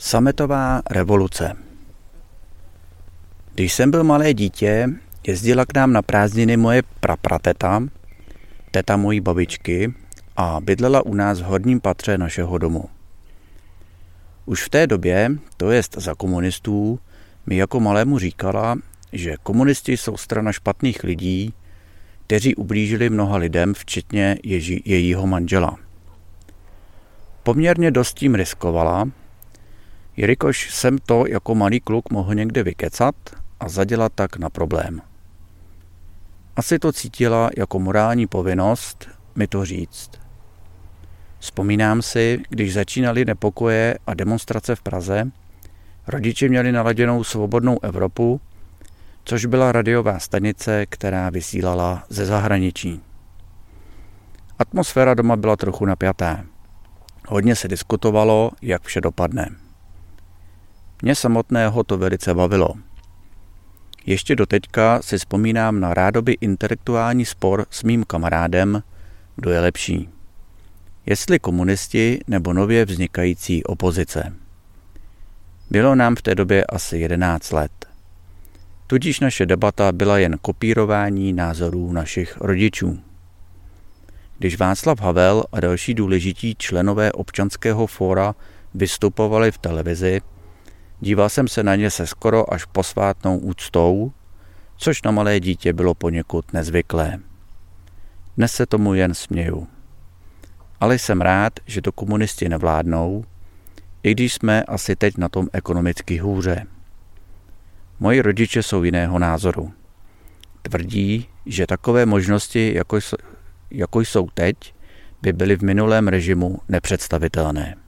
Sametová revoluce. Když jsem byl malé dítě, jezdila k nám na prázdniny moje praprateta, teta mojí babičky, a bydlela u nás v horním patře našeho domu. Už v té době, to jest za komunistů, mi jako malému říkala, že komunisti jsou strana špatných lidí, kteří ublížili mnoha lidem, včetně jejího manžela. Poměrně dost tím riskovala, jelikož jsem to jako malý kluk mohl někde vykecat a zadělat tak na problém. Asi to cítila jako morální povinnost mi to říct. Vzpomínám si, když začínaly nepokoje a demonstrace v Praze, rodiče měli naladěnou Svobodnou Evropu, což byla radiová stanice, která vysílala ze zahraničí. Atmosféra doma byla trochu napjatá. Hodně se diskutovalo, jak vše dopadne. Mě samotného to velice bavilo. Ještě doteďka si vzpomínám na rádoby intelektuální spor s mým kamarádem, kdo je lepší. Jestli komunisti nebo nově vznikající opozice. Bylo nám v té době asi 11 let. Tudíž naše debata byla jen kopírování názorů našich rodičů. Když Václav Havel a další důležití členové občanského fóra vystupovali v televizi, díval jsem se na ně se skoro až posvátnou úctou, což na malé dítě bylo poněkud nezvyklé. Dnes se tomu jen směju. Ale jsem rád, že to komunisti nevládnou, i když jsme asi teď na tom ekonomicky hůře. Moji rodiče jsou jiného názoru. Tvrdí, že takové možnosti, jako jsou teď, by byly v minulém režimu nepředstavitelné.